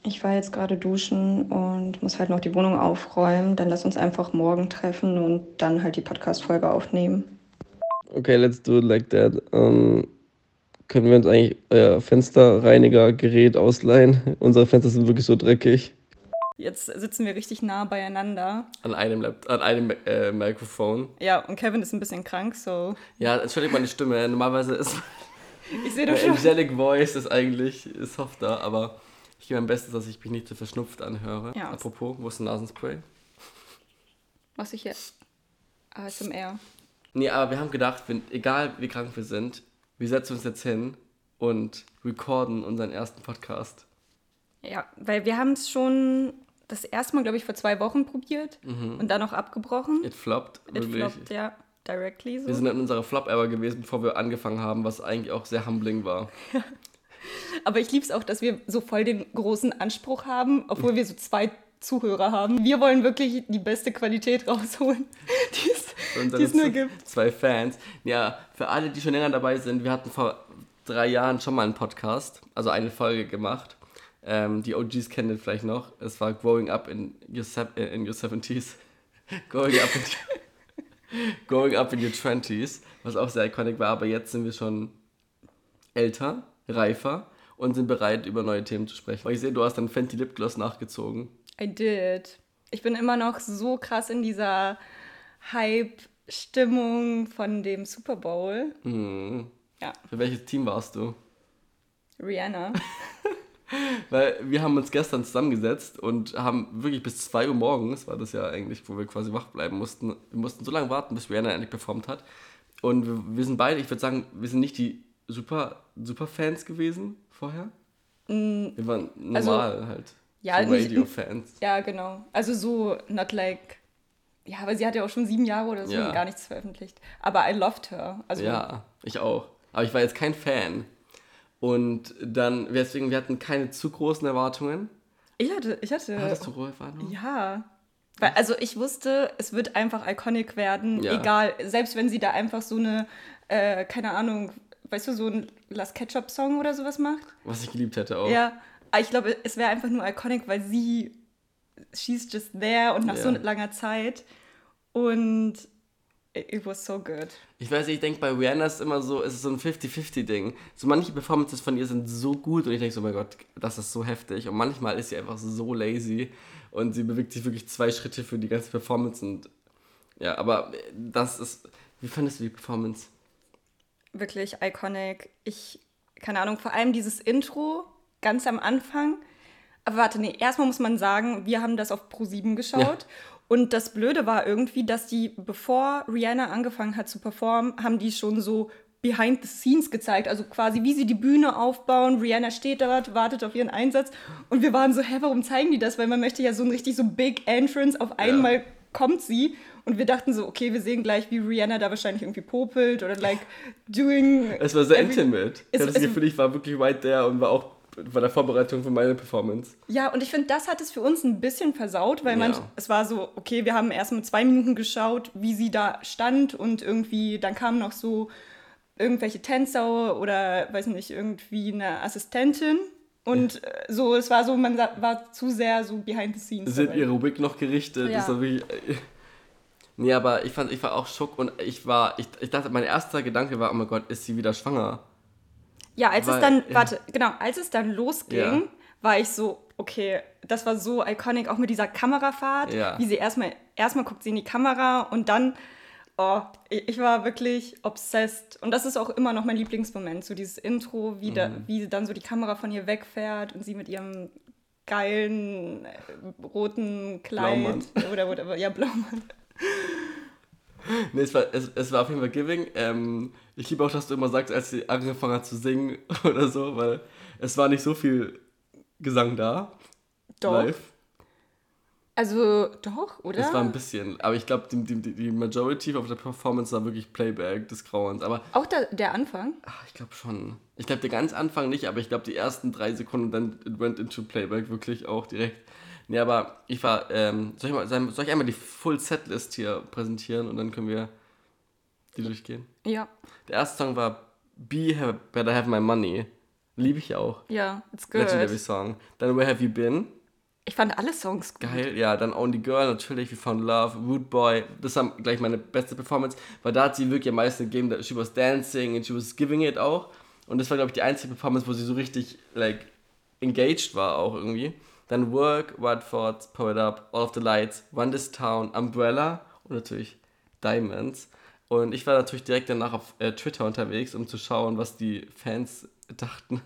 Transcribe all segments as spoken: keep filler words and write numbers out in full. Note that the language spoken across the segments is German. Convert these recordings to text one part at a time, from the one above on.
Ich war jetzt gerade duschen und muss halt noch die Wohnung aufräumen. Dann lass uns einfach morgen treffen und dann halt die Podcast-Folge aufnehmen. Okay, let's do it like that. Ähm, können wir uns eigentlich euer Fensterreinigergerät ausleihen? Unsere Fenster sind wirklich so dreckig. Jetzt sitzen wir richtig nah beieinander. An einem, Lap an einem äh, Mikrofon. Ja, und Kevin ist ein bisschen krank, so. Ja, entschuldigt meine Stimme. Normalerweise ist Ich sehe meine doch schon. Angelic Voice ist eigentlich softer, aber ich gebe mein Bestes, dass ich mich nicht zu verschnupft anhöre. Ja. Apropos, wo ist ein Nasenspray? Was ich jetzt. A S M R. Nee, aber wir haben gedacht, wenn, egal wie krank wir sind, wir setzen uns jetzt hin und recorden unseren ersten Podcast. Ja, weil wir haben es schon das erste Mal, glaube ich, vor zwei Wochen probiert Mhm. und dann auch abgebrochen. It flopped, It wirklich. flopped, ja, directly so. Wir sind in unserer Flop-Ever gewesen, bevor wir angefangen haben, was eigentlich auch sehr humbling war. Aber ich liebe es auch, dass wir so voll den großen Anspruch haben, obwohl wir so zwei Zuhörer haben. Wir wollen wirklich die beste Qualität rausholen, die es, Und die es nur gibt. Zwei Fans. Ja, für alle, die schon länger dabei sind, wir hatten vor drei Jahren schon mal einen Podcast, also eine Folge gemacht. Ähm, die O Gs kennen den vielleicht noch. Es war Growing Up in Your, se- äh, in your seventies. Growing Up in, Growing Up in Your twenties, was auch sehr iconic war, aber jetzt sind wir schon älter, reifer und sind bereit, über neue Themen zu sprechen. Weil ich sehe, du hast dann Fenty Lipgloss nachgezogen. I did. Ich bin immer noch so krass in dieser Hype-Stimmung von dem Super Bowl. Hm. Ja, Für welches Team warst du? Rihanna. Weil wir haben uns gestern zusammengesetzt und haben wirklich bis zwei Uhr morgens, war das ja eigentlich, wo wir quasi wach bleiben mussten, wir mussten so lange warten, bis Rihanna endlich performt hat. Und wir, wir sind beide, ich würde sagen, wir sind nicht die super, super Fans gewesen vorher. Wir waren normal halt. ja, so nicht- Radio-Fans. Ja, genau. Also so, not like... Ja, aber sie hat ja auch schon sieben Jahre oder so Ja. und gar nichts veröffentlicht. Aber I loved her. Also, Ja, ich auch. Aber ich war jetzt kein Fan. Und dann, deswegen, wir hatten keine zu großen Erwartungen. ich hatte... Ich hatte Hattest du große Erwartungen? ja. Weil, also ich wusste, es wird einfach iconic werden, Ja. egal. Selbst wenn sie da einfach so eine, äh, keine Ahnung, weißt du, so ein Last Ketchup-Song oder sowas macht. Was ich geliebt hätte auch. Ja, aber ich glaube, es wäre einfach nur iconic, weil sie, she's just there und nach Ja. so langer Zeit. Und it, it was so good. Ich weiß nicht, ich denke, bei Rihanna ist immer so, es ist so ein fifty-fifty-Ding. So manche Performances von ihr sind so gut und ich denke so, oh mein Gott, das ist so heftig. Und manchmal ist sie einfach so lazy und sie bewegt sich wirklich zwei Schritte für die ganze Performance. Und ja, aber das ist, wie fandest du die Performance? Wirklich iconic. Ich, keine Ahnung, vor allem dieses Intro ganz am Anfang. Aber warte, nee, erstmal muss man sagen, wir haben das auf Pro sieben geschaut. Ja. Und das Blöde war irgendwie, dass die, bevor Rihanna angefangen hat zu performen, haben die schon so behind the scenes gezeigt. Also quasi, wie sie die Bühne aufbauen. Rihanna steht dort, wartet auf ihren Einsatz. Und wir waren so, hä, warum zeigen die das? Weil man möchte ja so ein richtig so Big Entrance. Auf einmal kommt sie. Und wir dachten so, okay, wir sehen gleich, wie Rihanna da wahrscheinlich irgendwie popelt oder like doing... Es war sehr every- intimate. Es- Ich hatte das es- Gefühl, ich war wirklich right there und war auch bei der Vorbereitung für meine Performance. Ja, und ich finde, das hat es für uns ein bisschen versaut, weil man, Ja. es war so, okay, wir haben erst mal zwei Minuten geschaut, wie sie da stand und irgendwie, dann kamen noch so irgendwelche Tänzer oder, weiß nicht, irgendwie eine Assistentin und äh, so, es war so, man sa- war zu sehr so behind the scenes. Sind dabei. ihre Wig noch gerichtet? Ja. Das war wirklich, nee, aber ich fand, ich war auch schock und ich war, ich, ich dachte, mein erster Gedanke war, oh mein Gott, ist sie wieder schwanger? Ja, als Weil- es dann, ja. warte, genau, als es dann losging, Ja. war ich so, okay, das war so iconic, auch mit dieser Kamerafahrt, Ja. wie sie erstmal, erstmal guckt sie in die Kamera und dann, oh, ich ich war wirklich obsessed. Und das ist auch immer noch mein Lieblingsmoment, so dieses Intro, wie, da, Mhm. wie dann so die Kamera von ihr wegfährt und sie mit ihrem geilen äh, roten Kleid Blaumann. oder whatever, ja, Blaumann. Nee, es war, es, es war auf jeden Fall giving. Ähm, ich liebe auch, dass du immer sagst, als sie angefangen hat zu singen oder so, weil es war nicht so viel Gesang da. Doch. Live. Also, doch, oder? Es war ein bisschen, aber ich glaube, die, die, die Majority of der Performance war wirklich Playback des Grauens. Aber Auch da, der Anfang? ach, ich glaube schon. Ich glaube, der ganz Anfang nicht, aber ich glaube, die ersten drei Sekunden dann it went into Playback wirklich auch direkt. Nee, aber ich war, ähm, soll ich, mal, soll ich einmal die Full Setlist hier präsentieren und dann können wir die durchgehen? Ja. Der erste Song war Be Have, Better Have My Money. Liebe ich auch. Ja, it's good. Legendary Song. Dann Where Have You Been? Ich fand alle Songs gut. Geil, ja, dann Only Girl natürlich, We Found Love, Rude Boy, das war gleich meine beste Performance, weil da hat sie wirklich am meisten gegeben, she was dancing and she was giving it auch und das war, glaube ich, die einzige Performance, wo sie so richtig, like, engaged war auch irgendwie. Dann Work, Wild Thoughts, Power It Up, All of the Lights, Run This Town, Umbrella und natürlich Diamonds und ich war natürlich direkt danach auf äh, Twitter unterwegs, um zu schauen, was die Fans dachten.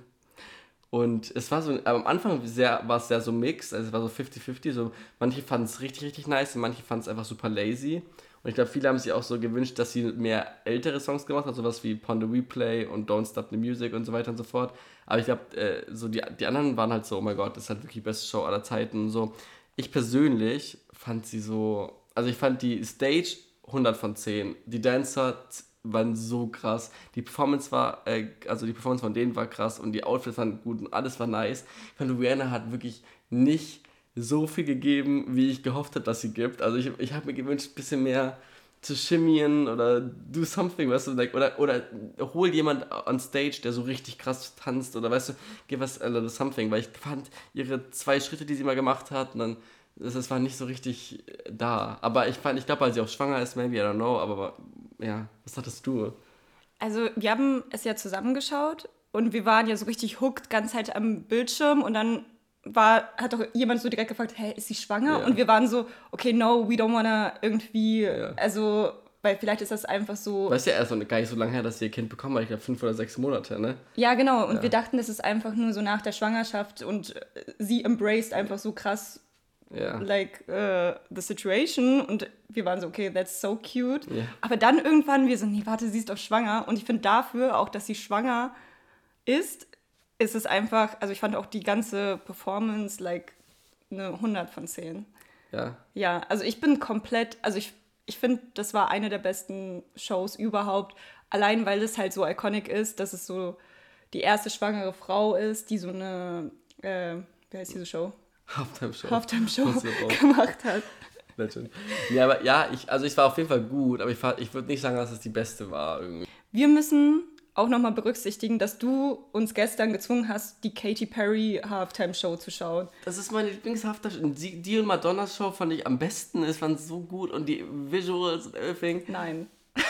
Und es war so, am Anfang sehr, war es sehr so mixed, also es war so fifty fifty, so manche fanden es richtig, richtig nice und manche fanden es einfach super lazy. Und ich glaube, viele haben sich auch so gewünscht, dass sie mehr ältere Songs gemacht haben, sowas wie Pon the Replay und Don't Stop the Music und so weiter und so fort. Aber ich glaube, äh, so die, die anderen waren halt so, oh mein Gott, das ist halt wirklich die beste Show aller Zeiten und so. Ich persönlich fand sie so, also ich fand die Stage hundert von zehn, die Dancer waren so krass. Die Performance war, äh, also die Performance von denen war krass und die Outfits waren gut und alles war nice. Ich fand, Rihanna hat wirklich nicht so viel gegeben, wie ich gehofft habe, dass sie gibt. Also ich, ich habe mir gewünscht, ein bisschen mehr zu shimmyen oder do something, weißt du, like, oder, oder hol jemand on stage, der so richtig krass tanzt oder weißt du, give us a little something, weil ich fand ihre zwei Schritte, die sie mal gemacht hat, und dann das, das war nicht so richtig da. Aber ich fand, ich glaube, weil sie auch schwanger ist, maybe, I don't know, aber ja, was hattest du? Also wir haben es ja zusammengeschaut und wir waren ja so richtig hooked, ganz halt am Bildschirm und dann war, hat doch jemand so direkt gefragt, hey, ist sie schwanger? Ja. Und wir waren so, okay, no, we don't wanna irgendwie, Ja. also, weil vielleicht ist das einfach so... Weißt ja erst noch gar nicht so lange her, dass sie ihr Kind bekommen hat, ich glaube fünf oder sechs Monate, ne? Ja, genau, und Ja. wir dachten, das ist einfach nur so nach der Schwangerschaft und äh, sie embraced einfach so krass, Ja. like, uh, the situation und wir waren so, okay, that's so cute. Ja. Aber dann irgendwann wir so, nee, warte, sie ist doch schwanger und ich finde dafür, auch dass sie schwanger ist, ist es einfach, also ich fand auch die ganze Performance, like, eine hundert von zehn. Ja. Ja, also ich bin komplett, also ich, ich finde, das war eine der besten Shows überhaupt, allein weil es halt so iconic ist, dass es so die erste schwangere Frau ist, die so eine, äh, wie heißt diese Show? Halftime-Show. Halftime-Show Muss ich auch. gemacht hat. Legend. Ja, aber ja, ich, also ich war auf jeden Fall gut, aber ich, war- ich würde nicht sagen, dass es die beste war irgendwie. Wir müssen auch nochmal berücksichtigen, dass du uns gestern gezwungen hast, die Katy Perry Halftime-Show zu schauen. Das ist meine Lieblingshafte. Die, die und Madonnas Show fand ich am besten. Es waren so gut und die Visuals und everything. Nein.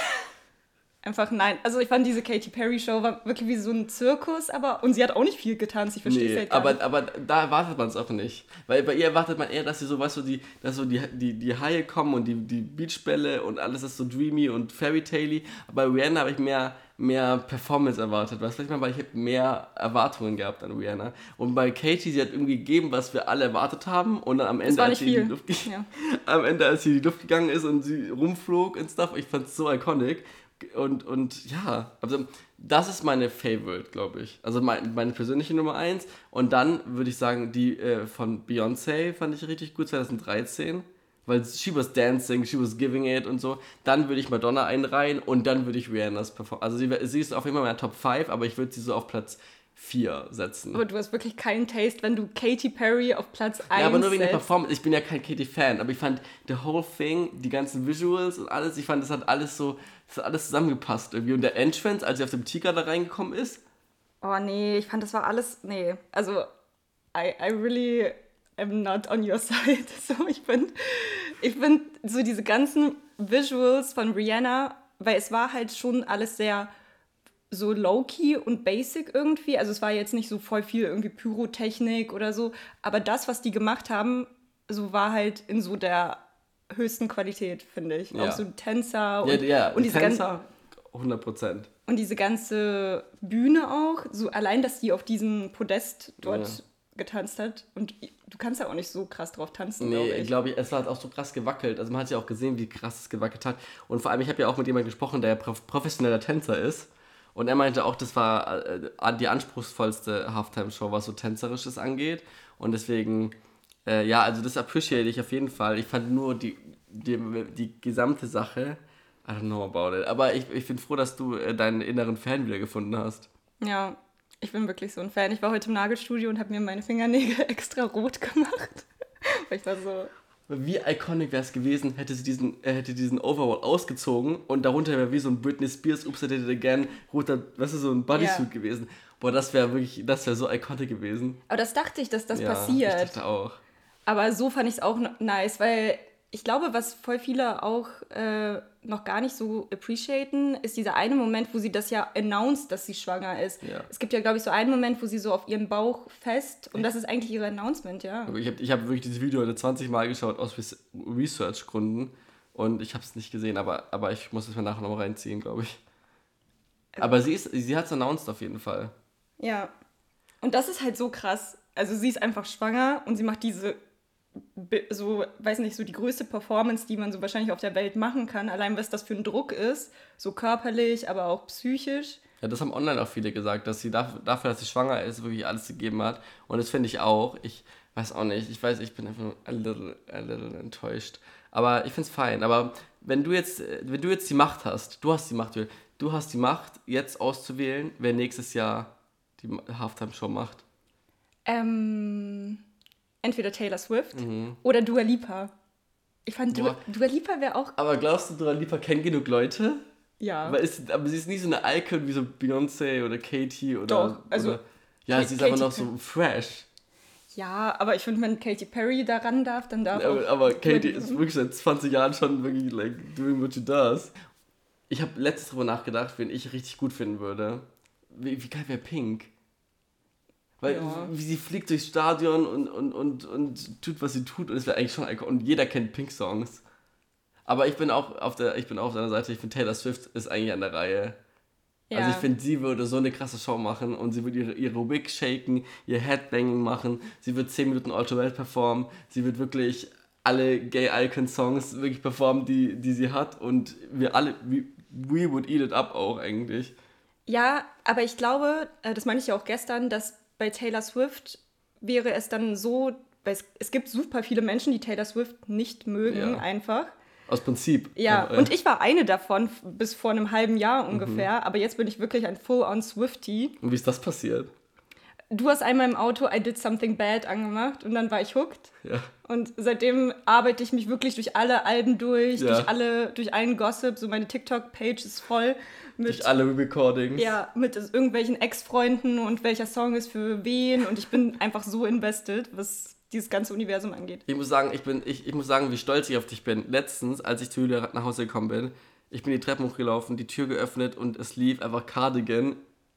Einfach nein. Also ich fand diese Katy Perry Show war wirklich wie so ein Zirkus, aber und sie hat auch nicht viel getanzt. Ich verstehe es Nee, halt gar aber, nicht. aber da erwartet man es auch nicht. Weil bei ihr erwartet man eher, dass sie so, weißt du, die, dass so die, die, die Haie kommen und die, die Beachbälle und alles ist so dreamy und fairy-tale-y. Aber bei Rihanna habe ich mehr, mehr Performance erwartet. Weißt du, was ich meine? Weil ich habe mehr Erwartungen gehabt an Rihanna. Und bei Katy, sie hat irgendwie gegeben, was wir alle erwartet haben. Und dann am Ende, war als nicht sie in viel. die Luft ge- Ja. am Ende, als sie in die Luft gegangen ist und sie rumflog und stuff, ich fand es so iconic. Und, und ja, also das ist meine Favorite, glaube ich. Also mein, meine persönliche Nummer eins. Und dann würde ich sagen, die äh, von Beyoncé fand ich richtig gut, zwanzig dreizehn. Weil she was dancing, she was giving it und so. Dann würde ich Madonna einreihen und dann würde ich Rihanna's performen. Also sie, sie ist auf jeden Fall in meiner Top fünf, aber ich würde sie so auf Platz vier setzen. Aber du hast wirklich keinen Taste, wenn du Katy Perry auf Platz eins Ja, aber nur wegen der setzt. Performance. Ich bin ja kein Katy-Fan, aber ich fand the whole thing, die ganzen Visuals und alles, ich fand, das hat alles so, das hat alles zusammengepasst irgendwie. Und der Entrance, als sie auf dem Tiger da reingekommen ist, Oh nee, ich fand, das war alles, nee. Also, I, I really am not on your side. So, ich bin, ich bin so diese ganzen Visuals von Rihanna, weil es war halt schon alles sehr so low-key und basic irgendwie. Also es war jetzt nicht so voll viel irgendwie Pyrotechnik oder so. Aber das, was die gemacht haben, so war halt in so der höchsten Qualität, finde ich. Ja. Auch so Tänzer ja, und, ja, und diese ganze Tänzer, hundert Prozent. und diese ganze Bühne auch, so allein, dass die auf diesem Podest dort Ja. getanzt hat. Und du kannst ja auch nicht so krass drauf tanzen, glaube Nee, ich. glaube ich, es hat auch so krass gewackelt. Also man hat ja auch gesehen, wie krass es gewackelt hat. Und vor allem, ich habe ja auch mit jemandem gesprochen, der prof- professioneller Tänzer ist. Und er meinte auch, das war äh, die anspruchsvollste Halftime-Show, was so Tänzerisches angeht. Und deswegen, äh, ja, also das appreciate ich auf jeden Fall. Ich fand nur die, die, die gesamte Sache, I don't know about it. Aber ich, ich bin froh, dass du äh, deinen inneren Fan wieder gefunden hast. Ja, ich bin wirklich so ein Fan. Ich war heute im Nagelstudio und habe mir meine Fingernägel extra rot gemacht. Weil ich war so, Wie iconic wäre es gewesen, hätte sie diesen, äh, hätte diesen Overall ausgezogen und darunter wäre wie so ein Britney Spears Oops, I Did It Again, roter, weißt du, so ein Bodysuit Ja. gewesen. Boah, das wäre wirklich, das wäre so iconic gewesen. Aber das dachte ich, dass das Ja, passiert. ich dachte auch. Aber so fand ich es auch n- nice, weil ich glaube, was voll viele auch äh, noch gar nicht so appreciaten, ist dieser eine Moment, wo sie das ja announced, dass sie schwanger ist. Ja. Es gibt ja, glaube ich, so einen Moment, wo sie so auf ihren Bauch fest und das ist eigentlich ihre Announcement, ja. Aber ich habe ich hab wirklich dieses Video heute zwanzig Mal geschaut aus Res- Research-Gründen und ich habe es nicht gesehen, aber, aber ich muss es mir nachher noch mal reinziehen, glaube ich. Aber sie, ist, sie hat es announced auf jeden Fall. Ja. Und das ist halt so krass. Also sie ist einfach schwanger und sie macht diese, be- so, weiß nicht, so die größte Performance, die man so wahrscheinlich auf der Welt machen kann. Allein was das für ein Druck ist, so körperlich, aber auch psychisch. Ja, das haben online auch viele gesagt, dass sie dafür, dafür, dass sie schwanger ist, wirklich alles gegeben hat. Und das finde ich auch. Ich weiß auch nicht. Ich weiß, ich bin einfach nur a little, a little enttäuscht. Aber ich finde es fein. Aber wenn du jetzt, äh, wenn du jetzt die Macht hast, du hast die Macht, Julia, du hast die Macht, jetzt auszuwählen, wer nächstes Jahr die Halftime-Show macht. Ähm, entweder Taylor Swift oder Dua Lipa. Ich fand, Dua, Boah. Dua Lipa wäre auch, Aber glaubst du, Dua Lipa kennt genug Leute? ja. Aber, ist, aber sie ist nicht so eine Icon wie so Beyoncé oder Katy oder... Doch, also Oder, ja, Ka- sie ist aber Katy noch so fresh. Ja, aber ich finde, wenn Katy Perry daran darf, dann darf Aber, auch aber Dua Katy Lipa. ist wirklich seit zwanzig Jahren schon wirklich like doing what she does. Ich habe letztens drüber nachgedacht, wen ich richtig gut finden würde. Wie, wie geil wäre Pink? Weil Ja. wie sie fliegt durchs Stadion und, und, und, und tut, was sie tut und es wäre eigentlich schon iconic. Und jeder kennt Pink-Songs. Aber ich bin auch auf der, ich bin auch auf deiner Seite, ich finde Taylor Swift ist eigentlich an der Reihe. Ja. Also ich finde, sie würde so eine krasse Show machen und sie würde ihre, ihre Wig shaken, ihr Headbanging machen, sie wird zehn Minuten All Too Well performen, sie wird wirklich alle Gay-Icon-Songs wirklich performen, die, die sie hat und wir alle, we, we would eat it up auch eigentlich. Ja, aber ich glaube, äh, das meinte ich ja auch gestern, dass bei Taylor Swift wäre es dann so, weil es, es gibt super viele Menschen, die Taylor Swift nicht mögen, Ja. einfach. Aus Prinzip. Ja, Aber, äh, und ich war eine davon f- bis vor einem halben Jahr ungefähr, aber jetzt bin ich wirklich ein Full-on Swiftie. Und wie ist das passiert? Du hast einmal im Auto I Did Something Bad angemacht und dann war ich hooked. Ja. Und seitdem arbeite ich mich wirklich durch alle Alben durch, Ja. durch alle, durch einen Gossip. So meine TikTok-Page ist voll mit, Durch alle Recordings. ja, mit irgendwelchen Ex-Freunden und welcher Song ist für wen. Und ich bin einfach so invested, was dieses ganze Universum angeht. Ich muss sagen, ich bin, ich, ich muss sagen, wie stolz ich auf dich bin. Letztens, als ich zu Julia nach Hause gekommen bin, ich bin die Treppen hochgelaufen, die Tür geöffnet und es lief einfach Cardigan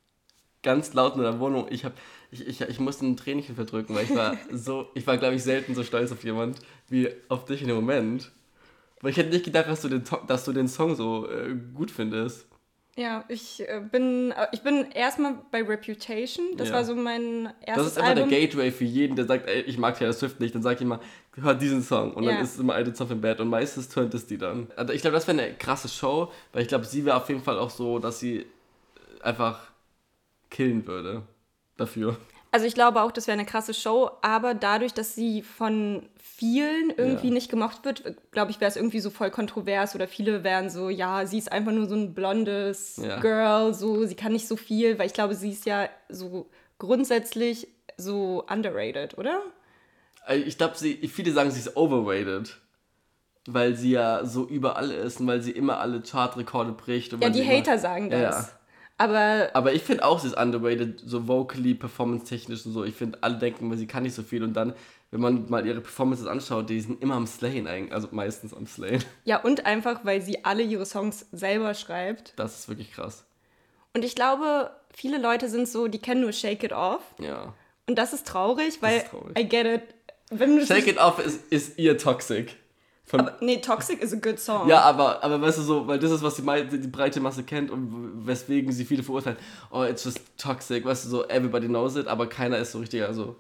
ganz laut in der Wohnung. Ich hab, ich, ich, ich musste ein Tränchen verdrücken, weil ich war so, ich war glaube ich selten so stolz auf jemand wie auf dich in dem Moment. Weil ich hätte nicht gedacht, dass du den, To- dass du den Song so äh, gut findest. Ja, ich äh, bin, äh, ich bin erstmal bei Reputation. Das Ja. war so mein erstes Das ist immer Album. der Gateway für jeden, der sagt, ey, ich mag Taylor Swift nicht. Dann sag ich immer, hör diesen Song. Und Ja. dann ist es immer I Did Something Bad. Und meistens tönt es die dann. Also ich glaube, das wäre eine krasse Show, weil ich glaube, sie wäre auf jeden Fall auch so, dass sie einfach killen würde dafür. Also ich glaube auch, das wäre eine krasse Show, aber dadurch, dass sie von vielen irgendwie Ja. nicht gemocht wird, glaube ich, wäre es irgendwie so voll kontrovers oder viele wären so, ja, sie ist einfach nur so ein blondes Ja. Girl, so, sie kann nicht so viel, weil ich glaube, sie ist ja so grundsätzlich so underrated, oder? Also ich glaube, sie, viele sagen, sie ist overrated. Weil sie ja so überall ist und weil sie immer alle Chartrekorde bricht. Und Ja, weil die sie immer, Hater sagen Ja, das. ja. Aber Aber ich finde auch, sie ist underrated, so vocally, performance-technisch und so. Ich finde, alle denken, weil sie kann nicht so viel. Und dann, wenn man mal ihre Performances anschaut, die sind immer am Slayen eigentlich. Also meistens am Slayen. ja, und einfach, weil sie alle ihre Songs selber schreibt. Das ist wirklich krass. Und ich glaube, viele Leute sind so, die kennen nur Shake It Off. Ja. Und das ist traurig, weil ist traurig. I get it. Wenn du Shake It Off ist, ist ihr Toxic. Von, Aber, nee, Toxic is a good song. ja, aber, aber weißt du so, weil das ist, was die, mei- die, die breite Masse kennt und weswegen sie viele verurteilen. Oh, it's just toxic, weißt du, so, everybody knows it, aber keiner ist so richtig, also.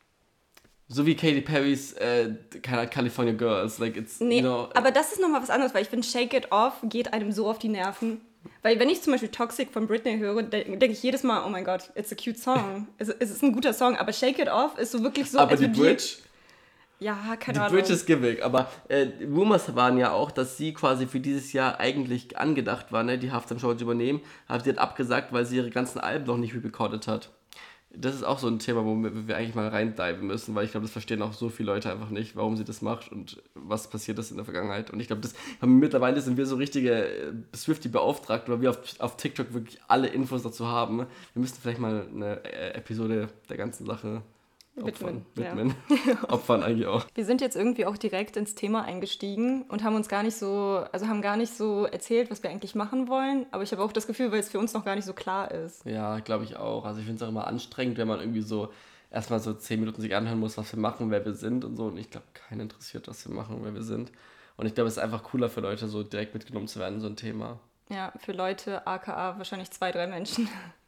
So wie Katy Perrys, äh, keine Ahnung, California Girls, like it's, Nee, you know. aber das ist nochmal was anderes, weil ich finde, Shake It Off geht einem so auf die Nerven. Weil wenn ich zum Beispiel Toxic von Britney höre, de- denke ich jedes Mal, oh mein Gott, it's a cute song. es, es ist ein guter Song, aber Shake It Off ist so wirklich so, aber als die würde Bridge, Ja, keine die Ahnung. Bridge ist gimmick, aber äh, Rumors waren ja auch, dass sie quasi für dieses Jahr eigentlich angedacht war, ne, die Halftime-Show zu übernehmen, aber sie hat abgesagt, weil sie ihre ganzen Alben noch nicht recorded hat. das ist auch so ein Thema, wo wir, wir eigentlich mal reindiven müssen, weil ich glaube, das verstehen auch so viele Leute einfach nicht, warum sie das macht und was passiert ist in der Vergangenheit. Und ich glaube, das mittlerweile sind wir so richtige Swiftie-Beauftragte, weil wir auf, auf TikTok wirklich alle Infos dazu haben. Wir müssten vielleicht mal eine Episode der ganzen Sache opfern. Widmen. Widmen. Opfern eigentlich auch. Wir sind jetzt irgendwie auch direkt ins Thema eingestiegen und haben uns gar nicht so, also haben gar nicht so erzählt, was wir eigentlich machen wollen. Aber ich habe auch das Gefühl, weil es für uns noch gar nicht so klar ist. Ja, glaube ich auch. Also ich finde es auch immer anstrengend, wenn man irgendwie so erstmal so zehn Minuten sich anhören muss, was wir machen, wer wir sind und so. Und ich glaube, keinen interessiert, was wir machen, wer wir sind. Und ich glaube, es ist einfach cooler für Leute, so direkt mitgenommen zu werden, so ein Thema. Ja, für Leute, aka wahrscheinlich zwei, drei Menschen.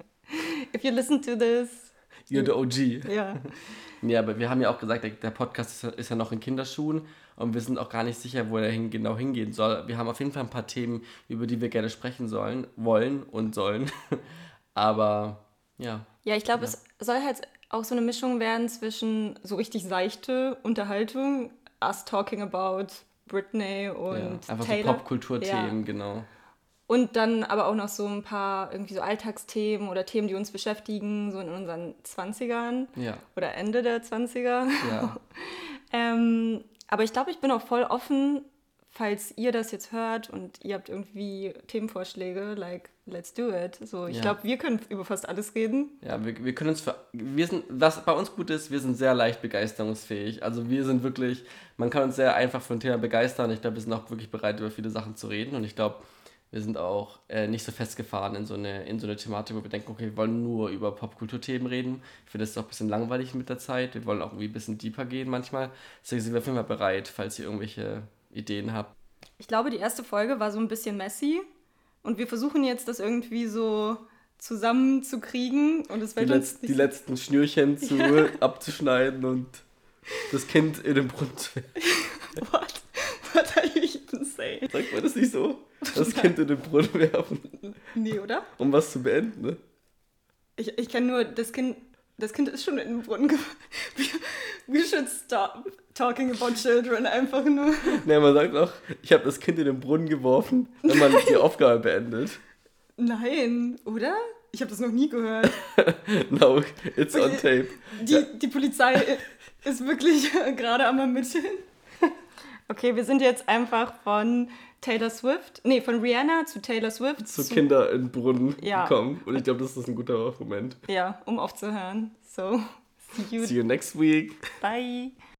If you listen to this... You're the O G. Ja. Ja, aber wir haben ja auch gesagt, der Podcast ist ja noch in Kinderschuhen und wir sind auch gar nicht sicher, wo er hin, genau hingehen soll. Wir haben auf jeden Fall ein paar Themen, über die wir gerne sprechen sollen, wollen und sollen. Aber ja. Ja, ich glaube, ja. Es soll halt auch so eine Mischung werden zwischen so richtig seichte Unterhaltung, us talking about Britney und ja, einfach Taylor. so Popkulturthemen, ja. Genau. Und dann aber auch noch so ein paar irgendwie so Alltagsthemen oder Themen, die uns beschäftigen, so in unseren zwanzigern ja. oder Ende der zwanziger. Ja. ähm, aber ich glaube, ich bin auch voll offen, falls ihr das jetzt hört und ihr habt irgendwie Themenvorschläge, like, let's do it. So, ich ja. glaube, wir können über fast alles reden. Ja, wir, wir können uns für, wir sind, was bei uns gut ist, wir sind sehr leicht begeisterungsfähig. Also wir sind wirklich, man kann uns sehr einfach für ein Thema begeistern. Ich glaube, wir sind auch wirklich bereit, über viele Sachen zu reden und ich glaube, wir sind auch äh, nicht so festgefahren in so, eine, in so eine Thematik, wo wir denken, okay, wir wollen nur über Popkulturthemen reden. Ich finde, das ist auch ein bisschen langweilig mit der Zeit. Wir wollen auch irgendwie ein bisschen deeper gehen manchmal. Deswegen sind wir auf jeden Fall bereit, falls ihr irgendwelche Ideen habt. Ich glaube, die erste Folge war so ein bisschen messy und wir versuchen jetzt, das irgendwie so zusammenzukriegen. Und es wird die, uns Letz-, die letzten Schnürchen zu abzuschneiden und das Kind in den Brunnen zu werfen. What? What are you even saying? Sagt man das nicht so? Das Kind in den Brunnen werfen. Nee, oder? Um was zu beenden, ne? Ich, ich kenne nur, das Kind, das Kind ist schon in den Brunnen gefallen. We, we should stop talking about children, einfach nur. Ne, man sagt auch, ich habe das Kind in den Brunnen geworfen, wenn man die Aufgabe beendet. Nein, oder? Ich habe das noch nie gehört. No, it's on tape. Die, ja. die Polizei ist wirklich gerade am Ermitteln. Okay, wir sind jetzt einfach von Taylor Swift, nee, von Rihanna zu Taylor Swift. Zu, zu Kinder in Brunnen ja. gekommen. Und ich glaube, das ist ein guter Moment. Ja, um aufzuhören. So, see you. See you next week. Bye.